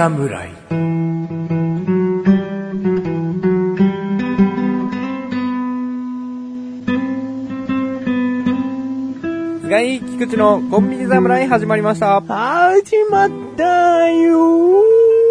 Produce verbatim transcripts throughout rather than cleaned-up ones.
侍。菅井菊池のコンビニ侍始まりました。 始まったよ。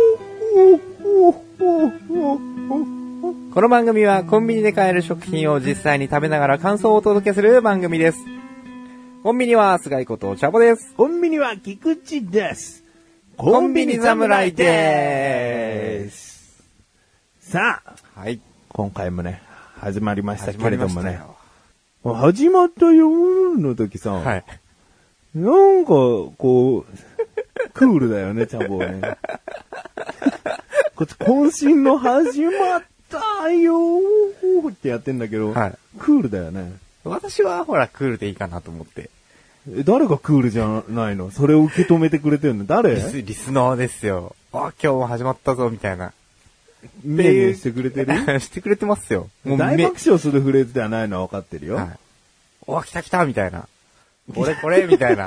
この番組はコンビニで買える食品を実際に食べながら感想をお届けする番組です。コンビニは菅井ことチャボです。 コンビニは菊池です。 コンビニ侍でーす。 さあ、 はい。 今回もね、始まりましたけれどもね。 始始まったよーの時さ、 はい。 なんか、こう、クールだよね、チャボはね。こっち、渾身の始まったよーってやってんだけど、 はい。 クールだよね。 私はほらクールでいいかなと思って。 え、誰がクールじゃないの？それを受け止めてくれてるの誰？ リス、リスナーですよ。あ、今日も始まったぞ、みたいな。 ニヤニヤしてくれてる？ してくれてますよ。もう大爆笑するフレーズではないのは分かってるよ。 はい。お、来た来た、みたいな。これこれ、みたいな。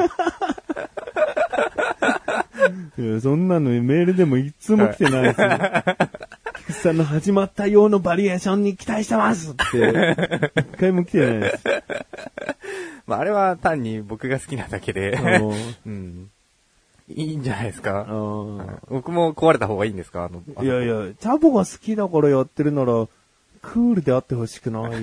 いや、そんなのメールでもいつも来てないですよ。菊池さんの始まったようなバリエーションに期待してますって、一回も来てないです。 まあ、あれは単に僕が好きなだけで、うん、いいんじゃないですか。はい、僕も壊れた方がいいんですか？あの、 いやいや、チャボが好きだからやってるなら、クールであってほしくない。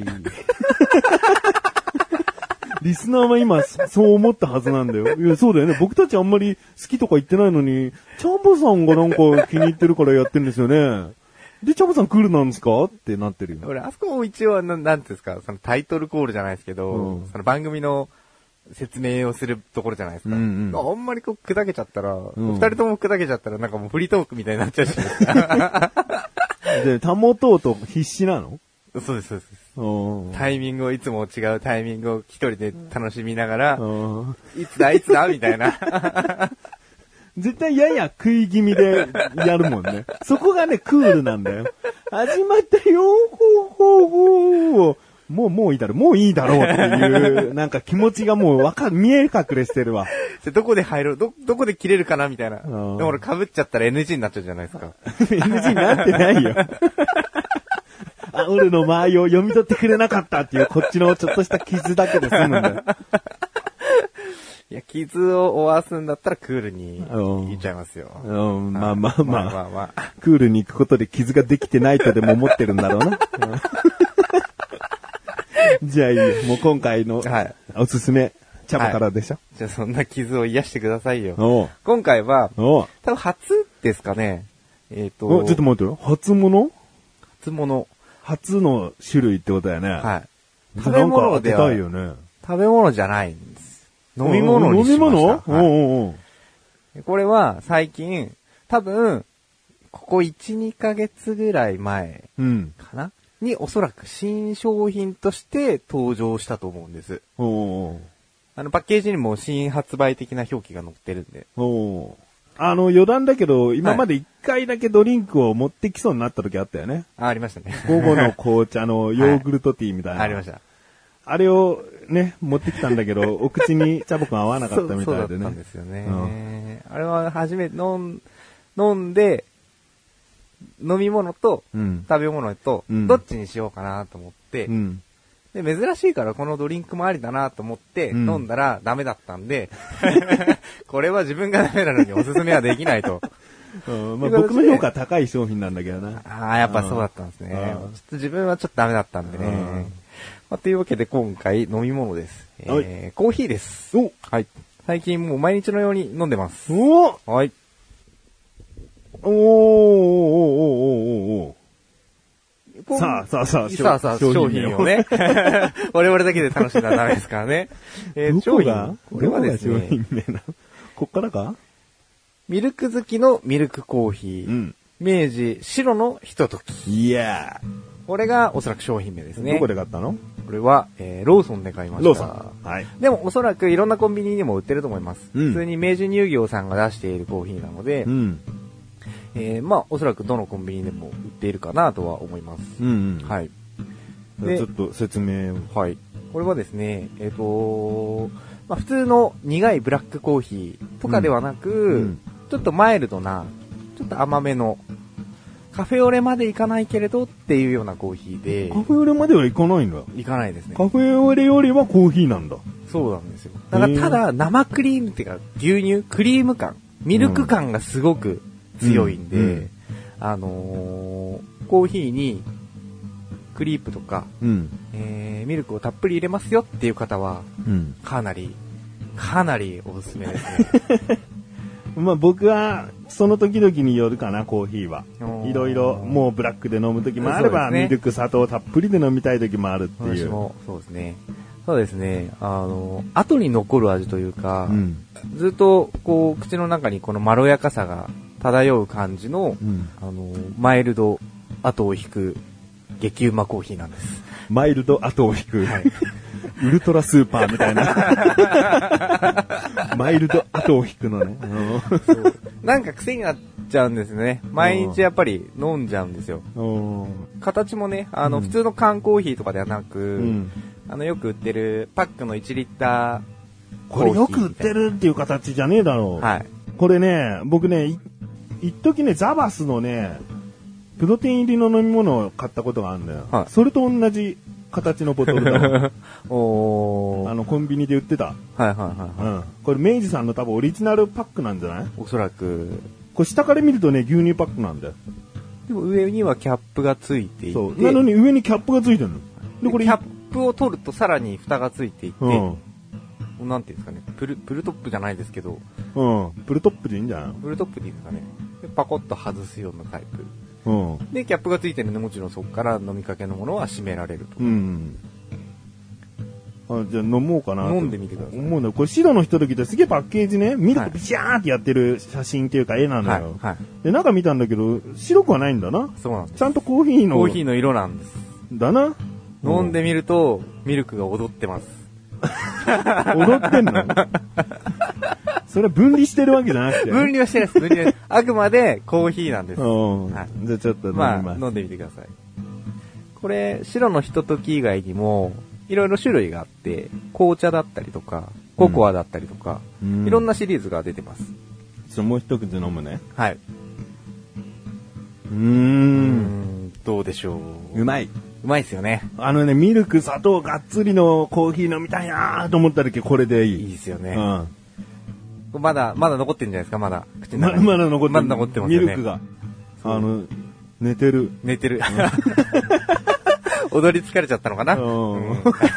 リスナーは今、そう思ったはずなんだよ。いや、そうだよね。僕たちあんまり好きとか言ってないのに、チャボさんがなんか気に入ってるからやってるんですよね。で、チャボさんクールなんですかってなってるよ。 俺、あそこも一応、ななんていうんですか、そのタイトルコールじゃないですけど、うん、その番組の説明をするところじゃないですか。うんうん、あんまりこう砕けちゃったら、うん、二人とも砕けちゃったらなんかもうフリートークみたいになっちゃうし。 で、保とうと必死なの？ そうです、そうです。タイミングをいつも違うタイミングを一人で楽しみながら、いつだいつだみたいな。 絶対やや食い気味でやるもんね。そこがね、クールなんだよ。始まったよほうほうほう。もう、もういいだろう、もういいだろうっていう、なんか気持ちがもうわか、見え隠れしてるわ。 どこで入る、ど、どこで切れるかなみたいな。でも俺被っちゃったら エヌジー になっちゃうじゃないですか。 エヌジー になってないよ。あ、俺の間合いを読み取ってくれなかったっていう、こっちのちょっとした傷だけで済むんだよ。 いや、傷を負わすんだったらクールに言っちゃいますよ。 うん、まあまあまあ。まあまあまあ。クールに行くことで傷ができてないとでも思ってるんだろうな。じゃあいいよ。もう今回のおすすめ、チャボからでしょ、はい、 じゃあそんな傷を癒してくださいよ。今回は、多分初ですかね。えっと。 ちょっと待ってよ。初物？ 初物。 初の種類ってことだよね。 はい。食べ物では、 なんか当てたいよね。 食べ物じゃないんです。飲み物にしました。飲み物？はい、おうおうおう。これは最近、多分、ここいち、にかげつぐらい前かな、うん、におそらく新商品として登場したと思うんです。 おうおう。 あのパッケージにも新発売的な表記が載ってるんで。 おお。あの余談だけど、今までいっかいだけドリンクを持ってきそうになった時あったよね。 あ、ありましたね。 午後の紅茶のヨーグルトティーみたいな。はい、 ありました。 あれをね、持ってきたんだけど、お口にチャボくん合わなかったみたいでね。 そうだったんですよね。うん、あれは初め飲ん、飲んで、飲み物と食べ物と、どっちにしようかなと思って、うん、で、珍しいからこのドリンクもありだなと思って、飲んだらダメだったんで、これは自分がダメなのにおすすめはできないと。 うんまあ、僕の評価高い商品なんだけどな。 ああ、やっぱそうだったんですね。ちょっと自分はちょっとダメだったんでね。まあ、というわけで今回飲み物です。えー、コーヒーです。 おはい。最近もう毎日のように飲んでます。 おはい。 おーおーおーおーおーさあさあさあ、 さあさあ、商品をね。我々だけで楽しんだらダメですからね。 えー、商品これはですね、商品名なこっからかミルク好きのミルクコーヒー。うん、明治白のひととき。 いやー。これがおそらく商品名ですね。 どこで買ったの？ これは、えー、ローソンで買いました。 ローソン。はい。 でもおそらくいろんなコンビニにも売ってると思います。うん、普通に明治乳業さんが出しているコーヒーなので、うん、えー、まあおそらくどのコンビニでも売っているかなとは思います。 うんうん、 はい。 でちょっと説明を。 はい。これはですね、えっと、まあ普通の苦いブラックコーヒーとかではなく、うんうん、ちょっとマイルドな、 ちょっと甘めの、カフェオレまでいかないけれどっていうようなコーヒーで。 カフェオレまではいかないんだ。 いかないですね。 カフェオレよりはコーヒーなんだ。 そうなんですよ。だからただ生クリームっていうか牛乳、クリーム感、ミルク感がすごく強いんで、うんうん、あのー、コーヒーにクリープとか、うん、えー、ミルクをたっぷり入れますよっていう方は、うん、かなり、かなりおすすめですね。 まあ僕はその時々によるかな、コーヒーは。いろいろもうブラックで飲む時もあれば、ね、ミルク砂糖たっぷりで飲みたい時もあるっていう。 私もそうですね。そうですね。あの後に残る味というか、うん、ずっとこう口の中にこのまろやかさが漂う感じの、うん、あのマイルド後を引く激うまコーヒーなんです。 マイルド後を引く。はい。ウルトラスーパーみたいな。マイルド後を引くのね。 そうなんか癖になっちゃうんですね。毎日やっぱり飲んじゃうんですよ。形もね、あの、うん、普通の缶コーヒーとかではなく、うん、あのよく売ってるパックのいちリッターこれよく売ってるっていう形じゃねえだろう。はい。これね、僕ね、一時ね、ザバスのね、プロテイン入りの飲み物を買ったことがあるんだよ。はい、それと同じ形のボトルだわ。おあのコンビニで売ってた。はいはいはい、はい、うん。これ明治さんの多分オリジナルパックなんじゃない？ おそらく。 これ下から見るとね、牛乳パックなんだよ。 でも上にはキャップがついていて。そう。 なのに上にキャップがついてるの。 でこれキャップを取るとさらに蓋がついていて、うん、なんていうんですかね、プルプルトップじゃないですけど。 うん。プルトップでいいんじゃない？ プルトップでいいですかね。でパコッと外すようなタイプ。うん、でキャップがついてるのでもちろんそこから飲みかけのものは閉められると、うん、 あじゃあ飲もうかな飲んでみてください。 思うのこれ白の人時ってすげえパッケージねミルクビシャーってやってる写真っていうか絵なのよ、はいはい、で中見たんだけど白くはないんだな。 そうなんです。 ちゃんとコーヒーのコーヒーの色なんですだな。 飲んでみるとミルクが踊ってます。 踊ってんの？それ分離してるわけじゃなくて。 分離はしてないです。分離はあくまでコーヒーなんです。 はい、じゃあちょっと飲みます。 まあ、飲んでみてください。これ、白のひととき以外にも、いろいろ種類があって、紅茶だったりとか、ココアだったりとか、うん、いろんなシリーズが出てます。 ちょ、もう一口飲むね。 はい。 うーん。 どうでしょう。 うまい。 うまいですよね。 あのね、ミルク、砂糖、がっつりのコーヒー飲みたいなと思った時これでいい。 いいですよね。 うん。 まだ、まだ残ってるんじゃないですか、まだ。 口の中に。まだ残ってる。 まだ残ってますよね。 ミルクが。あの、寝てる。 寝てる。うん、踊り疲れちゃったのかな、うん、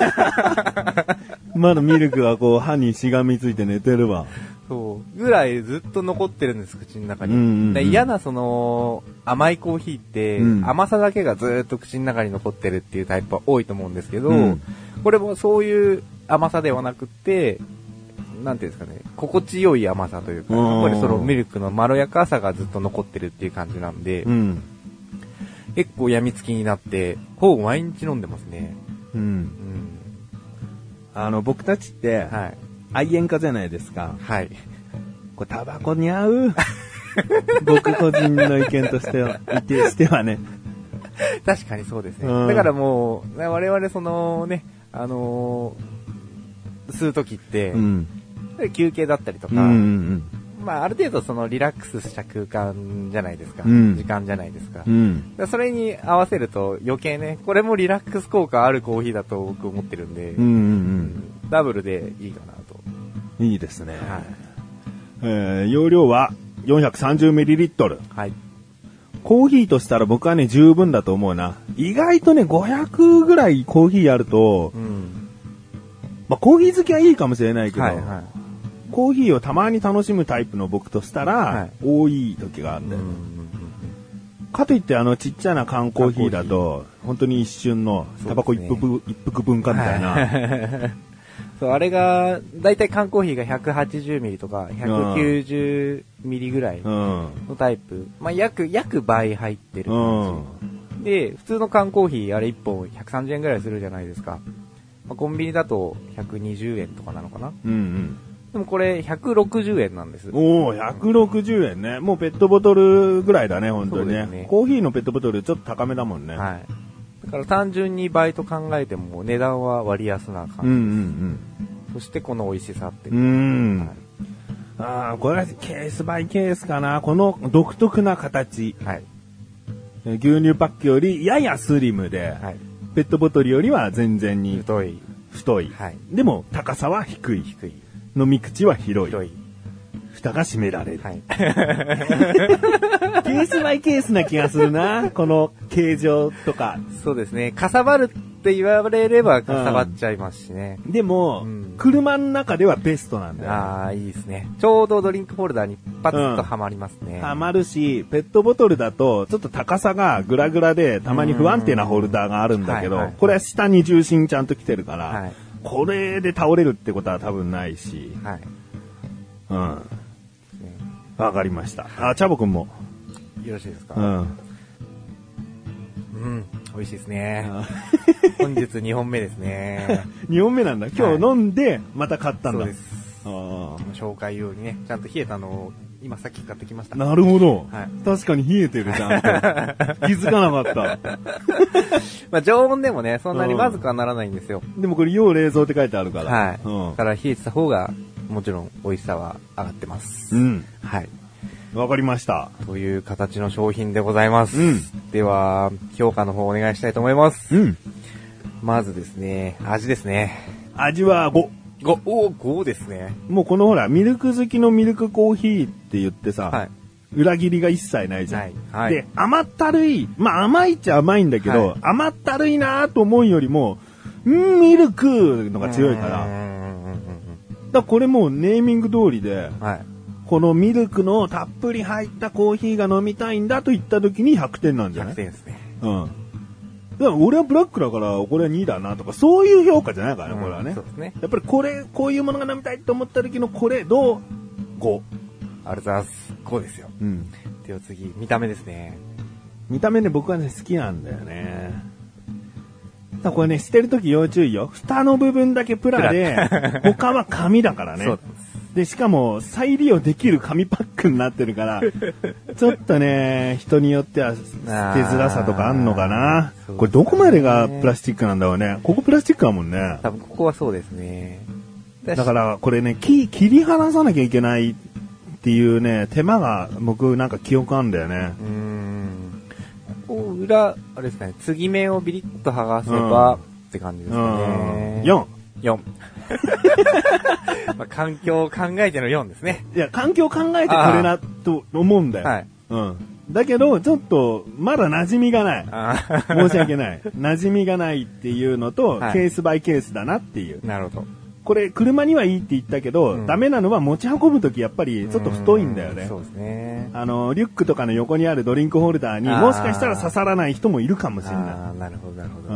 まだミルクがこう歯にしがみついて寝てるわ。 そうぐらいずっと残ってるんです、口の中に。うんうんうん、嫌なその甘いコーヒーって、うん、甘さだけがずっと口の中に残ってるっていうタイプは多いと思うんですけど、うん、これもそういう甘さではなくて、なんていうんですかね、心地よい甘さというか、やっぱりそのミルクのまろやかさがずっと残ってるっていう感じなんで、うん、結構病みつきになって、ほぼ毎日飲んでますね。うん。うん、 あの、僕たちって、はい、愛煙家じゃないですか。 はい。 これタバコに合う僕個人の意見としては、してはね。 確かにそうですね。うん、だからもう、我々そのね、あのー、吸うときって、うん、休憩だったりとか、うんうんうん、まあある程度そのリラックスした空間じゃないですか。うん、時間じゃないですか。うん、それに合わせると余計ね、これもリラックス効果あるコーヒーだと僕思ってるんで、うんうんうん、ダブルでいいかなと。 いいですね。はい、えー、容量は よんひゃくさんじゅうミリリットル。はい。コーヒーとしたら僕はね、十分だと思うな。意外とね、ごひゃくぐらいコーヒーあると、うん、まあ、コーヒー好きはいいかもしれないけど、はいはい、コーヒーをたまに楽しむタイプの僕としたら、はい、多い時があるんだよ、うんうんうん。かといってあのちっちゃな缶コーヒーだと、本当に一瞬のタバコ一服、一服分かみたいな。はいそう、あれが、だいたい缶コーヒーがひゃくはちじゅうミリとかひゃくきゅうじゅうミリぐらいのタイプ。まあ、約、約倍入ってる感じ。で、普通の缶コーヒー、あれいっぽんひゃくさんじゅうえんぐらいするじゃないですか。まあ、コンビニだとひゃくにじゅうえんとかなのかな。うんうん。でもこれひゃくろくじゅうえんなんです。 おー、ひゃくろくじゅうえんね。もうペットボトルぐらいだね、本当にね。ねコーヒーのペットボトルちょっと高めだもんね。はい。 だから単純に倍と考えても値段は割安な感じです。うんうんうん。そしてこの美味しさっていう。うん、 はい、 ああ、これはケースバイケースかな。この独特な形。 はい。 牛乳パックよりややスリムで、はい、ペットボトルよりは全然に太い。 太い。はい、でも高さは低い。 低い。 飲み口は広い。 広い。 蓋が閉められる。はい、ケースバイケースな気がするな。この形状とか。 そうですね。かさばるって言われればかさばっちゃいますしね。 うん、でも、うん、車の中ではベストなんだよ。 ああ、いいですね。ちょうどドリンクホルダーにパツッとはまりますね。 うん、はまるし、ペットボトルだとちょっと高さがグラグラでたまに不安定なホルダーがあるんだけど、はいはい、これは下に重心ちゃんと来てるから、はい、これで倒れるってことは多分ないし。はい。うん。わかりました。あ、チャボくんも。 よろしいですか？ うん。うん、 美味しいですね。本日にほんめですね。 にほんめなんだ。今日飲んで、また買ったんだ。 そうです。あ紹介用にね、ちゃんと冷えたのを、今さっき買ってきました。 なるほど。はい、確かに冷えてるじゃん。気づかなかった。 まあ常温でもね、そんなにまずくはならないんですよ。 でもこれ、要冷蔵って書いてあるから。 はい。うん、だから冷えてた方が、もちろん美味しさは上がってます。 うん。 はい。 わかりました。 という形の商品でございます。うん。では、評価の方お願いしたいと思います。 うん。 まずですね、味ですね。 味はご。 ご、おー、ごですね。 もうこのほら、ミルク好きのミルクコーヒーって言ってさ、 はい、 裏切りが一切ないじゃん。 はい。はい、 で、甘ったるい、まあ甘いっちゃ甘いんだけど、はい、甘ったるいなと思うよりも、んミルクのが強いから。だからこれもうネーミング通りで、はい、このミルクのたっぷり入ったコーヒーが飲みたいんだと言った時にひゃくてんなんじゃない？ ひゃくてんですね。 うん。だから俺はブラックだからこれはにだなとかそういう評価じゃないからね、うん、これはね。 そうですね。 やっぱりこれ、こういうものが飲みたいと思った時のこれ、どう？ご。 ありがとうございます。ごですよ。 うん。 では次、見た目ですね。 見た目ね、僕はね、好きなんだよね。だこれね、捨てるとき要注意よ。蓋の部分だけプラで、他は紙だからね。 そうです。 で、しかも、再利用できる紙パックになってるから、ちょっとね、人によっては捨てづらさとかあんのかな。ね、これどこまでがプラスチックなんだろうね。ここプラスチックだもんね。 多分ここはそうですね。 だからこれね、切り離さなきゃいけないっていうね、手間が僕なんか記憶あるんだよね。 うーん。ここ裏、あれですかね、継ぎ目をビリッと剥がせば、うん、って感じですかね。 よん。 よん。まあ、環境を考えてのよんですね。 いや、環境を考えてこれなと思うんだよ。はい。うん。だけど、ちょっと、まだ馴染みがない。申し訳ない。馴染みがないっていうのと、はい、ケースバイケースだなっていう。 なるほど。 これ、車にはいいって言ったけど、うん、ダメなのは持ち運ぶときやっぱりちょっと太いんだよね。 そうですね。 あの、リュックとかの横にあるドリンクホルダーにもしかしたら刺さらない人もいるかもしれない。 ああ、なるほど、なるほど。 うん。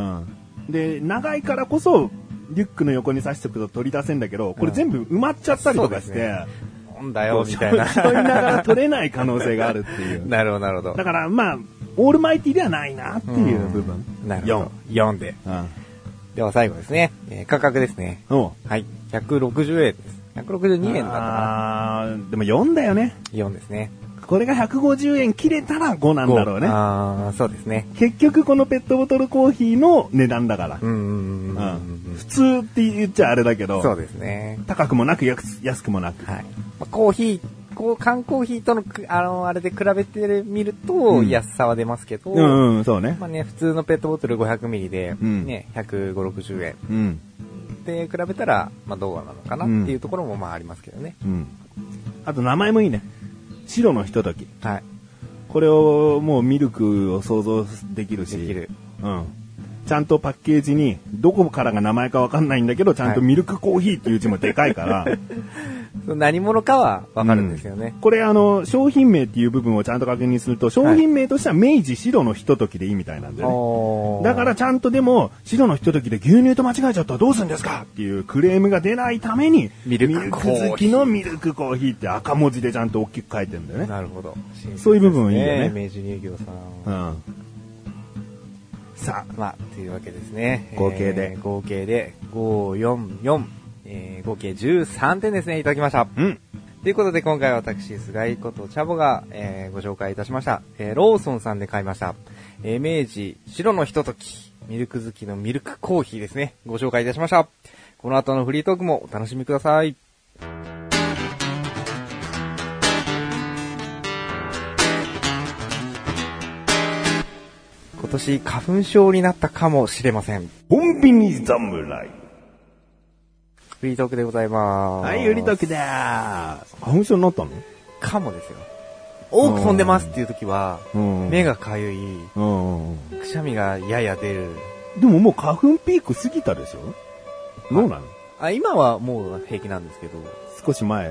で、長いからこそ、リュックの横に刺しておくと取り出せんだけど、これ全部埋まっちゃったりとかして、 なんだよ、みたいな。 そう言いながら取れない可能性があるっていう。 なるほど、なるほど。 だから、まあ、オールマイティではないなっていう部分。 なるほど。よん。よんで。うん。では最後ですね。えー、価格ですね。はい。ひゃくろくじゅうえんです。ひゃくろくじゅうにえんだったかな。 あー、でもよんだよね。 よんですね。 これがひゃくごじゅうえん切れたらごなんだろうね。 ああ、そうですね。 結局このペットボトルコーヒーの値段だから。 うんうんうんうん。普通って言っちゃあれだけど。 そうですね。 高くもなく安安くもなく。 はい。まあ、コーヒー、こう缶コーヒーとのあのあれで比べてみると安さは出ますけど、 うんうん、そうね。 まあね普通のペットボトルごひゃくミリでね、うん、ひゃくごじゅう、ろくじゅうえん。うん。で比べたらまあどうなのかなっていうところもまあありますけどね。 うん。あと名前もいいね。白のひととき。 はい。 これをもうミルクを想像できるし。 できる。 うん。ちゃんとパッケージにどこからが名前かわかんないんだけどちゃんとミルクコーヒーっていう字もでかいから、はい、 何者かはわかるんですよね、 うん、これあの商品名っていう部分をちゃんと確認すると商品名としては明治白のひとときでいいみたいなんでね、はい、だからちゃんとでも白のひとときで牛乳と間違えちゃったらどうするんですかっていうクレームが出ないためにミルク好きのミルクコーヒーって赤文字でちゃんと大きく書いてるんだよね。 なるほど、 そういう部分いいよね。 明治乳業さん、 うんさあ、 まあ、というわけですね。 合計で。 えー、合計で、ご、よん、よん、えー、合計じゅうさんてんですね、いただきました。 うん。 ということで、今回は私、菅井ことチャボが、えー、ご紹介いたしました。えー、ローソンさんで買いました。えー、明治白のひととき、ミルク好きのミルクコーヒーですね、ご紹介いたしました。この後のフリートークもお楽しみください。 今年花粉症になったかもしれません。 コンビニ侍。 フリートークでございます。 はい、フリートークだー。花粉症になったの？ かもですよ。多く飛んでますっていう時は、 うん、 目がかゆい、うん、くしゃみがやや出る。 でももう花粉ピーク過ぎたでしょ？どうなの？ あ、今はもう平気なんですけど。 少し前？ はい。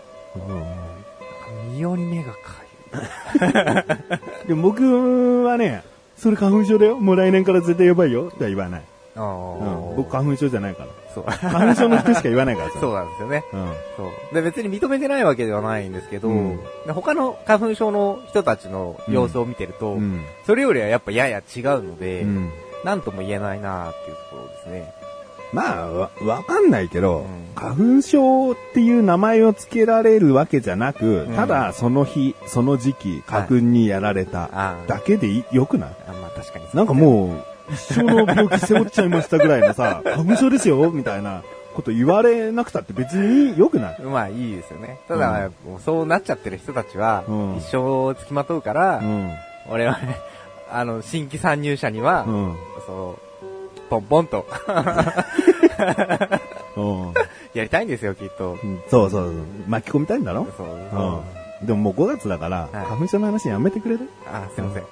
うん、異様に目がかゆい。でも僕はね、それ花粉症だよ。もう来年から絶対やばいよ。とは言わない。あ、うん、僕花粉症じゃないから。そう。花粉症の人しか言わないからさ。 そうなんですよね。うん。そう。で、別に認めてないわけではないんですけど、うん、で他の花粉症の人たちの様子を見てると、うん、それよりはやっぱやや違うので、うん、なんとも言えないなーっていうところですね。 まあ、わ、わかんないけど、うん、花粉症っていう名前を付けられるわけじゃなく、うん、ただその日、その時期、花粉にやられただけでい、よくない？ あ、まあ確かに、ね。 なんかもう、一生の病気背負っちゃいましたぐらいのさ、花粉症ですよみたいなこと言われなくたって別に良くない？ まあいいですよね。ただ、うん、もうそうなっちゃってる人たちは、うん、一生付きまとうから、うん、俺はね、あの、新規参入者には、うん、そう、ポンポンと、うん、やりたいんですよ、きっと。 うん、そうそうそう。巻き込みたいんだろ？そうそう、うん。でももうごがつだから、はい、花粉症の話やめてくれる？ あ、すいません。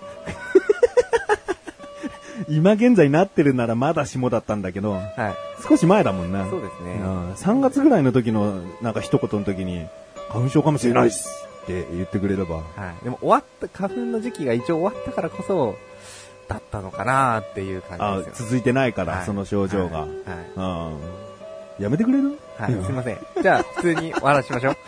今現在なってるならまだ霜だったんだけど、はい、少し前だもんな。 そうですね、 うん。さんがつぐらいの時のなんか一言の時に花粉症かもしれないっすって言ってくれれば。はい。 でも終わった花粉の時期が一応終わったからこそだったのかなっていう感じですよ。 あ、続いてないから、はい、その症状が。はい。はい、うん。やめてくれる？ はい。すいません。じゃあ普通にお話しましょう。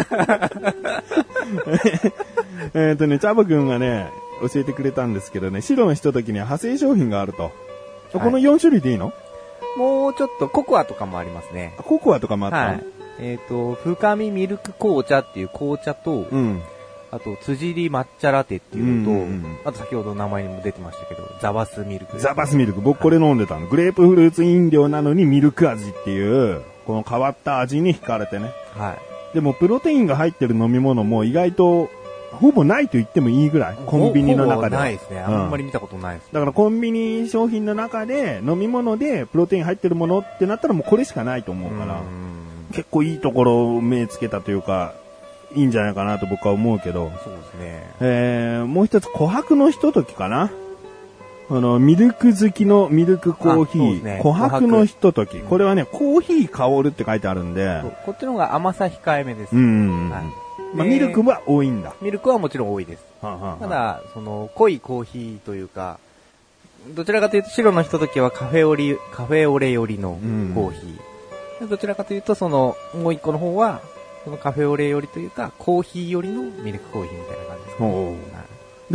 えっとね、チャボくんがね。教えてくれたんですけどね、白のひとときには派生商品があると、はい、このよん種類でいいの？ もうちょっとココアとかもありますね。 ココアとかもあったの？はい、 えっ、ー、と深みミルク紅茶っていう紅茶と、うん、あと辻り抹茶ラテっていうのと、うんうんうん、あと先ほど名前にも出てましたけどザバスミルク、 ザバスミルク、僕これ飲んでたの、はい、グレープフルーツ飲料なのにミルク味っていうこの変わった味に惹かれてね。はい。でもプロテインが入ってる飲み物も意外とほぼないと言ってもいいぐらい、コンビニの中では。 ないですね。あんまり見たことないです、ねうん。だからコンビニ商品の中で飲み物でプロテイン入ってるものってなったらもうこれしかないと思うから、結構いいところを目つけたというか、いいんじゃないかなと僕は思うけど。 そうですね。 えー、もう一つ琥珀のひとときかな。あの、ミルク好きのミルクコーヒー、ね、琥珀のひととき。これはね、コーヒー香るって書いてあるんで。 こっちの方が甘さ控えめです。 うん、はい。まあ、ミルクは多いんだ。 ミルクはもちろん多いです。はあはあ、ただ、その、濃いコーヒーというか、どちらかというと白のひとときはカフェオレ、カフェオレ寄りのコーヒー。うん、どちらかというと、その、もう一個の方は、そのカフェオレ寄りというか、コーヒー寄りのミルクコーヒーみたいな感じですかね。はい、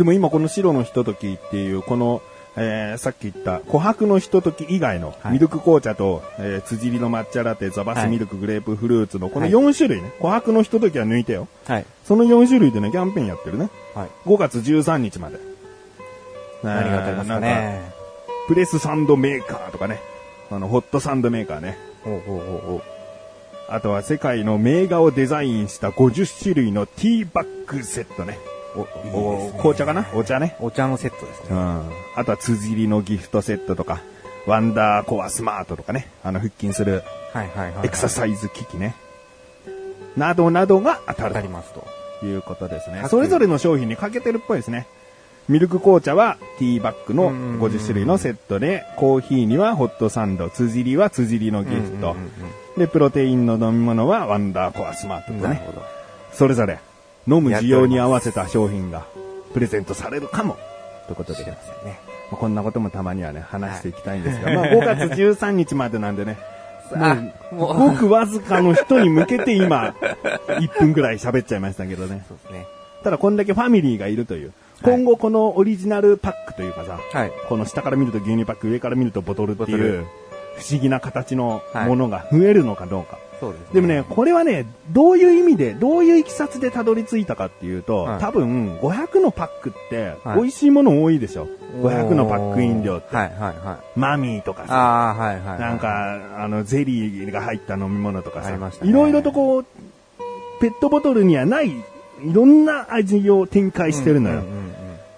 でも今この白のひとときっていう、この、えー、さっき言った琥珀のひととき以外のミルク紅茶と、はい、えー、辻りの抹茶ラテ、ザバスミルク、はい、グレープフルーツのこのよん種類ね、はい、琥珀のひとときは抜いてよ。はい。そのよん種類でね、キャンペーンやってるね。はい。ごがつじゅうさんにちまで。 何が当たりますかね。 プレスサンドメーカーとかね。あの、ホットサンドメーカーね。 ほうほうほうほう。 あとは世界の名画をデザインしたごじゅっしゅるいのティーバッグセットね。お、お、いいですね、紅茶かな？お茶ね。 お茶のセットですね。うん。 あとは辻りのギフトセットとか、ワンダーコアスマートとかね。あの、腹筋する、はいはいはい、はい。エクササイズ機器ね。などなどが当たる。当たりますと。いうことですね。それぞれの商品にかけてるっぽいですね。ミルク紅茶はティーバッグのごじゅっしゅるいのセットで、コーヒーにはホットサンド、辻りは辻りのギフト。で、プロテインの飲み物はワンダーコアスマートとね。なるほど。それぞれ。飲む需要に合わせた商品がプレゼントされるかもということで、ね、まあ、こんなこともたまにはね話していきたいんですが、はい、まあごがつじゅうさんにちまでなんでねもうごくわずかの人に向けて今いっぷんぐらい喋っちゃいましたけどね。そうですね。ただこんだけファミリーがいるという、今後このオリジナルパックというかさ、はい、この下から見ると牛乳パック、上から見るとボトルっていう不思議な形のものが増えるのかどうか、はい、そうですね。でもね、これはね、どういう意味で、どういういきさつでたどり着いたかっていうと、はい、多分、ごひゃくのパックって、美味しいもの多いでしょ。はい、ごひゃくのパック飲料って。はいはいはい。マミーとかさ、あ、はいはいはい、なんか、あの、ゼリーが入った飲み物とかさ、ね、いろいろとこう、ペットボトルにはない、いろんな味を展開してるのよ。うんうんうんうん、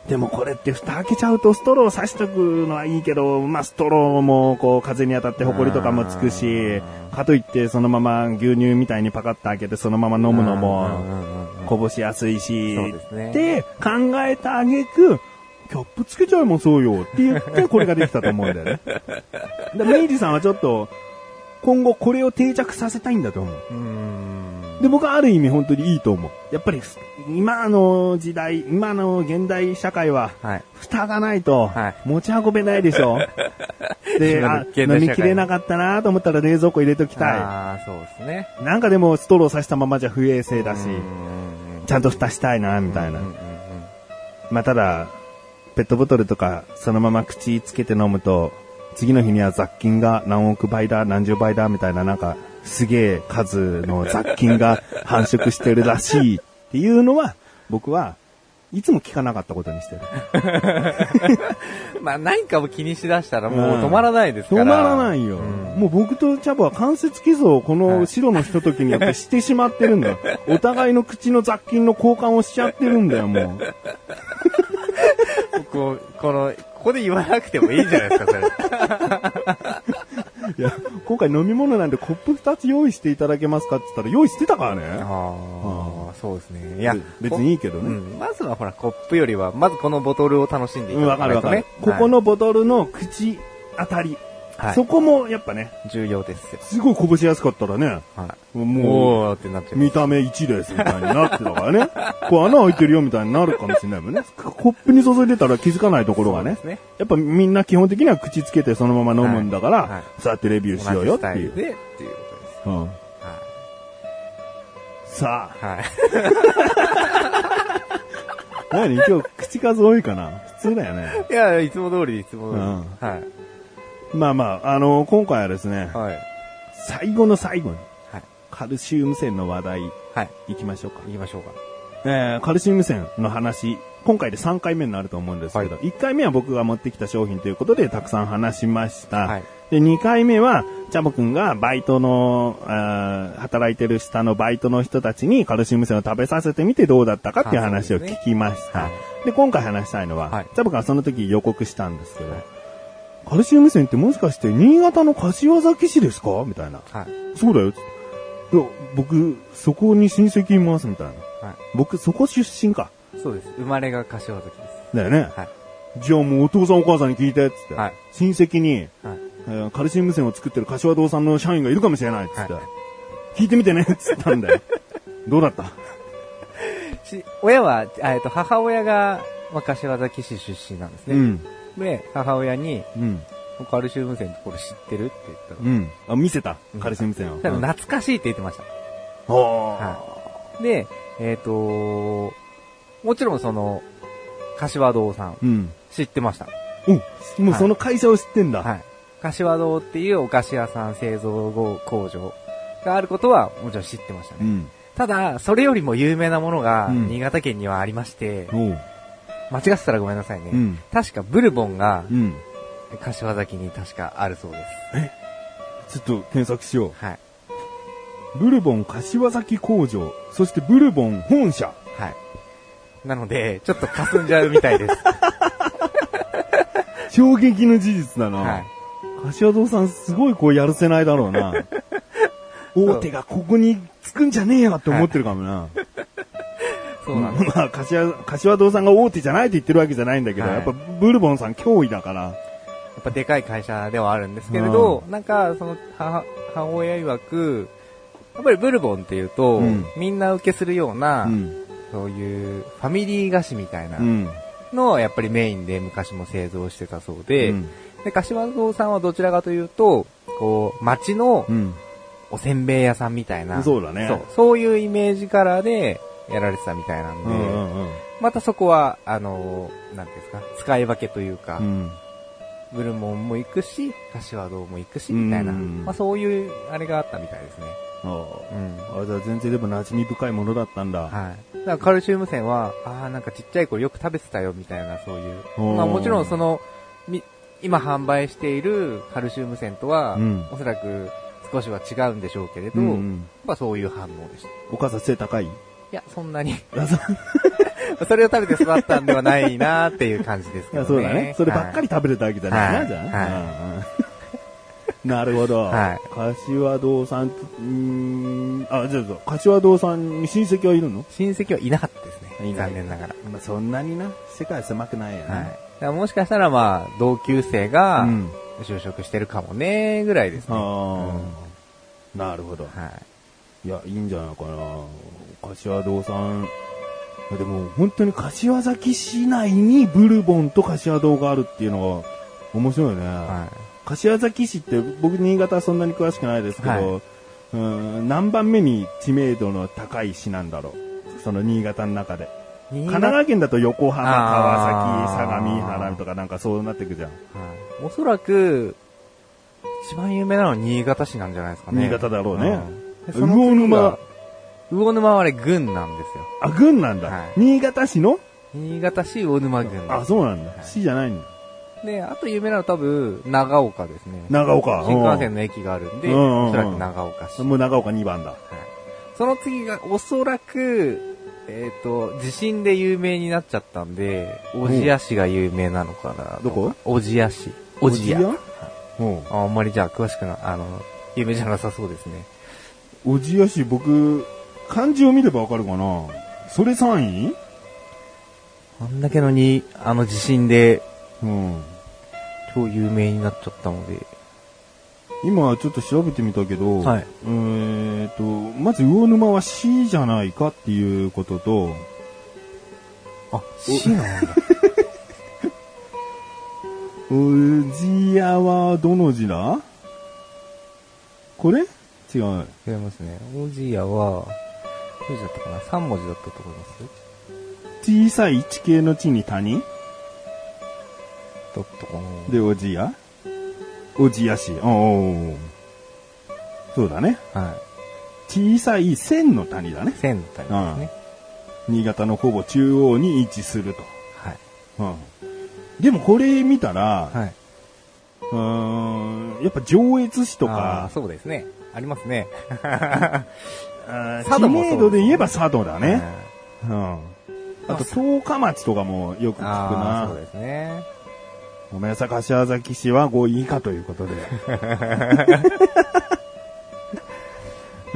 でもこれって蓋開けちゃうとストロー刺しとくのはいいけど、まあストローもこう風に当たってホコリとかもつくし、かといってそのまま牛乳みたいにパカッと開けてそのまま飲むのもこぼしやすいし、 そうですね。 で考えた挙句、キャップつけちゃいまそうよって言ってこれができたと思うんだよね。でメイジさんはちょっと今後これを定着させたいんだと思う。うーんで、僕はある意味本当にいいと思う。やっぱり今の時代、今の現代社会は、はい、蓋がないと持ち運べないでしょ。はい、で、あ、飲みきれなかったなと思ったら冷蔵庫入れときたい。 ああ、そうですね。 なんかでもストローさしたままじゃ不衛生だし、ちゃんと蓋したいなみたいな。まあただ、ペットボトルとかそのまま口つけて飲むと、次の日には雑菌が何億倍だ、何十倍だみたいななんかすげえ数の雑菌が繁殖してるらしいっていうのは僕はいつも聞かなかったことにしてる。 まあ何かを気にしだしたらもう止まらないですから。 止まらないよ。うん、もう僕とチャボは関節傷をこの白のひとときによってしてしまってるんだよ。お互いの口の雑菌の交換をしちゃってるんだよ、もう。 こう、この、ここで言わなくてもいいじゃないですか、それ。 いや、今回飲み物なんでコップふたつ用意していただけますかって言ったら用意してたからね。ああ、そうですね。いや、 別にいいけどね、うん。 まずはほら、コップよりは、まずこのボトルを楽しんでいただかないとね。わかるわかる。ここのボトルの口当たり。はい、そこもやっぱね重要ですよ。 すごいこぼしやすかったらね、 はい、 もうってなっちゃう見た目いちですみたいになってたからねこう穴開いてるよみたいになるかもしれないもんね。コップに注いでたら気づかないところが ね, ねやっぱみんな基本的には口つけてそのまま飲むんだから、はいはい、そうやってレビューしようよっていうでっていうことです、うんはい、 さあ、 はい、 何今日口数多いかな。普通だよね。 いやいつも通りいつも通り、うん、はいまあまあ、あのー、今回はですね、 はい、 最後の最後に、はい、カルシウム線の話題、はい、行きましょうか。 行きましょうか。 えー、カルシウム線の話、今回でさんかいめになると思うんですけど、はい、いっかいめは僕が持ってきた商品ということでたくさん話しました。はい、で、にかいめは、チャボくんがバイトの、あ働いてる下のバイトの人たちにカルシウム線を食べさせてみてどうだったかっていう話を聞きました。はい、で、今回話したいのは、はい、チャボくんはその時予告したんですけど、はいカルシウム線ってもしかして新潟の柏崎市ですかみたいな。はい。そうだよ。いや、僕、そこに親戚いますみたいな。はい。僕、そこ出身か。 そうです。生まれが柏崎です。 だよね。はい。じゃあもうお父さんお母さんに聞いて、つって。はい。親戚に、はいえー、カルシウム線を作ってる柏堂さんの社員がいるかもしれない、つって。はい、聞いてみてね、つったんだよ。どうだったし親は、えっと、母親が、まあ、柏崎市出身なんですね。うん。で、母親に、うん、カルシウム線ってこれ知ってるって言ったら、 うん、あ見せた、カルシウム線を。 懐かしいって言ってました。はい、で、えっ、ー、ともちろんその、柏堂さん、うん、知ってました。 うん、もうその会社を知ってんだ。 はい。柏堂っていうお菓子屋さん製造工場があることはもちろん知ってましたね。うん、ただ、それよりも有名なものが新潟県にはありまして、うん間違ってたらごめんなさいね。うん、確かブルボンが、うん、柏崎に確かあるそうです。 えちょっと検索しよう。 はい。 ブルボン柏崎工場、そしてブルボン本社。 はい。なので、ちょっと霞んじゃうみたいです。 衝撃の事実だな。はい。柏堂さんすごいこうやるせないだろうな。大手がここにつくんじゃねえよって思ってるかもな。はいそうなんです。まあ、柏、柏堂さんが大手じゃないと言ってるわけじゃないんだけど、はい、やっぱブルボンさん脅威だから。やっぱでかい会社ではあるんですけれど、うん、なんか、その、母、母親曰く、やっぱりブルボンっていうと、うん、みんな受けするような、うん、そういうファミリー菓子みたいなのをやっぱりメインで昔も製造してたそうで、うん、で、柏堂さんはどちらかというと、こう、町のおせんべい屋さんみたいな、 そうだね。 そう、そういうイメージカラーで、やられてたみたいなんで、うんうんうん、またそこは、あのー、なんていうんですか、使い分けというか、うん、ブルモンも行くし、柏堂も行くし、みたいな、うん、まあそういう、あれがあったみたいですね。 あ、うん、あ、じゃあ全然でも馴染み深いものだったんだ。 はい。だからカルシウム線は、ああ、なんかちっちゃい頃よく食べてたよ、みたいな、そういう。まあもちろんその、み、今販売しているカルシウム線とは、うん、おそらく少しは違うんでしょうけれど、うんうん、まあそういう反応でした。 お母さん背高い？ や、そんなに。それを食べて育ったんではないなーっていう感じですけどね。 そうだね。そればっかり食べてたわけじゃないな、はい、じゃあ。はい、なるほど。はい。柏堂さん、うーん、あ、じゃあ、柏堂さんに親戚はいるの？ 親戚はいなかったですね。残念ながら。 まあ、そんなにな、世界狭くないよね。はい。だからもしかしたらまあ、同級生が就職してるかもね、ぐらいですね。うん、ああ、なるほど。はい。いや、いいんじゃないかな。柏堂さん、でも本当に柏崎市内にブルボンと柏堂があるっていうのが面白いね。はい、柏崎市って僕新潟はそんなに詳しくないですけど、はい、うん、何番目に知名度の高い市なんだろう。その新潟の中で。神奈川県だと横浜、川崎、相模原とかなんかそうなってくじゃん。はい、 おそらく一番有名なのは新潟市なんじゃないですかね。 新潟だろうね。うん、魚沼。 魚沼はあれ郡なんですよ。 あ、郡なんだ。はい、新潟市の新潟市魚沼郡。 あ、そうなんだ。はい、市じゃないんだ。 で、あと有名なのは多分、長岡ですね。 長岡。 新幹線の駅があるんで、うんうんうん、おそらく長岡市。 もう長岡にばんだ。はい、 その次がおそらく、えっ、ー、と、地震で有名になっちゃったんで、小千谷市が有名なのかな。 どこ？ 小千谷市。小千谷。 はい、 あ, あんまりじゃあ詳しくな、あの、有名じゃなさそうですね。 小千谷市、僕、漢字を見ればわかるかな。それさんい？ あんだけのに、あの地震で、うん、超有名になっちゃったので。 今ちょっと調べてみたけど、はい、えーと、まず魚沼は市じゃないかっていうことと、 あ、市なんだ。 小千谷はどの字だ？これ？違う。 違いますね。小千谷は、どう字だったかな？さん文字だったと思います。 小さい地形の地に谷？ だったかな。 で、小千谷？小千谷市。おー。そうだね。はい。小さい千の谷だね。 千の谷ですね、 うん。新潟のほぼ中央に位置すると。はい。うん。でもこれ見たら、はい。うーん、やっぱ上越市とか。 あ、そうですね。ありますね。 知名度で言えば佐渡だね。うん。あと、十日町とかもよく聞くな。 そうですね。 ごめんなさい、柏崎市はごい以下ということで。 うん、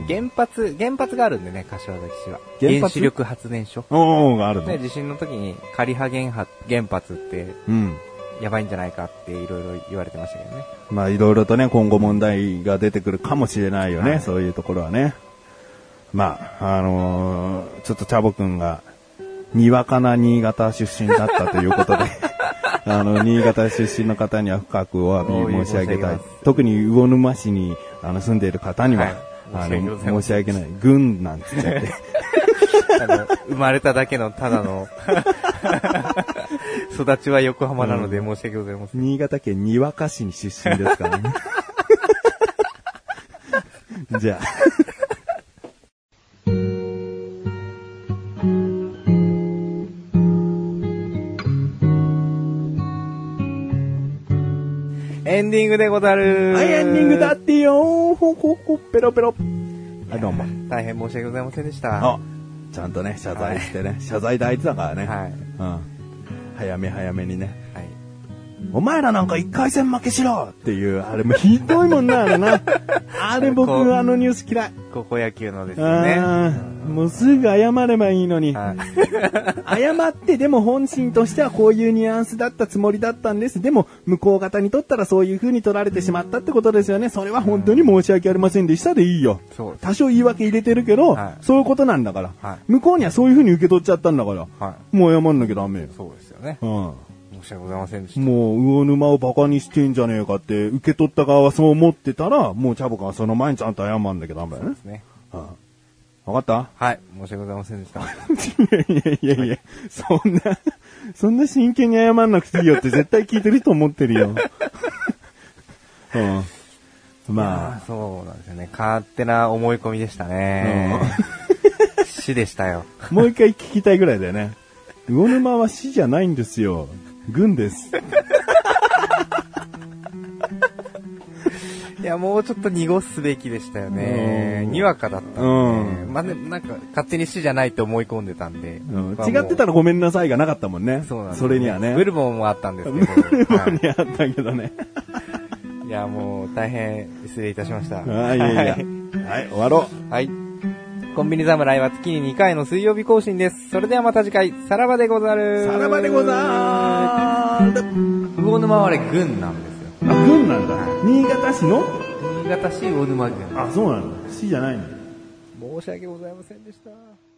原発、原発があるんでね、柏崎市は。原発？原子力発電所。 おー、があるの。 で、地震の時に、仮波原発、原発って、うん。やばいんじゃないかっていろいろ言われてましたけどね。 まあいろいろとね、今後問題が出てくるかもしれないよね、はい、そういうところはね。まあ、あのー、ちょっとチャボくんが、にわかな新潟出身だったということで、あの、新潟出身の方には深くお詫び申し上げたい。特に魚沼市にあの住んでいる方には、はい、あの申し訳ない。軍なんつっちゃって。 あの生まれただけのただの育ちは横浜なので申し訳ございません。 新潟県にわか市に出身ですからね。じゃあ。 エンディングでござる。 はい、エンディングだってよ。ほほほ、ペロペロ。はい、どうも。 大変申し訳ございませんでした。 あ、ちゃんとね、謝罪してね。はい、謝罪大事だからね。はい。うん。早め早めにね。はい。お前らなんか一回戦負けしろっていう、あれもひどいもんな、あれな。あれ僕、あのニュース嫌い。 高校野球のですよね。 もうすぐ謝ればいいのに。はい、謝って、でも本心としてはこういうニュアンスだったつもりだったんです。でも、向こう方にとったらそういう風に取られてしまったってことですよね。それは本当に申し訳ありませんでしたでいいよ。そう多少言い訳入れてるけど、はい、そういうことなんだから、はい。向こうにはそういう風に受け取っちゃったんだから、はい、もう謝んなきゃダメよ。 そうですよね。うん。申し訳ございませんでした。 もう、魚沼をバカにしてんじゃねえかって、受け取った側はそう思ってたら、もうチャボくんはその前にちゃんと謝んなきゃダメだよね。そうですね。うん。わかった？ はい。申し訳ございませんでした。いやいやいやいや、そんな、そんな真剣に謝んなくていいよって絶対聞いてる人思ってるよ。うん。まあ。 そうなんですよね。勝手な思い込みでしたね。うん、死でしたよ。 もう一回聞きたいぐらいだよね。魚沼は死じゃないんですよ。軍です。 いや、もうちょっと濁すべきでしたよね。にわかだったんで、うん、まあね、なんか、勝手に死じゃないって思い込んでたんで。 うん、違ってたらごめんなさいがなかったもんね。 そうなんです、 ね。それにはね。 ブルボンもあったんですけど。 ブルボンにあったけどね。 はい、いや、もう、大変失礼いたしました。 はい、いやいや。はい、終わろう。はい。コンビニ侍は月ににかいの水曜日更新です。それではまた次回、さらばでござる。 さらばでござー。 魚沼はあれ軍なんですよ。 あ、軍なんだ。新潟市の新潟市魚沼郡。 あ、そうなんだ。市じゃないの。 申し訳ございませんでした。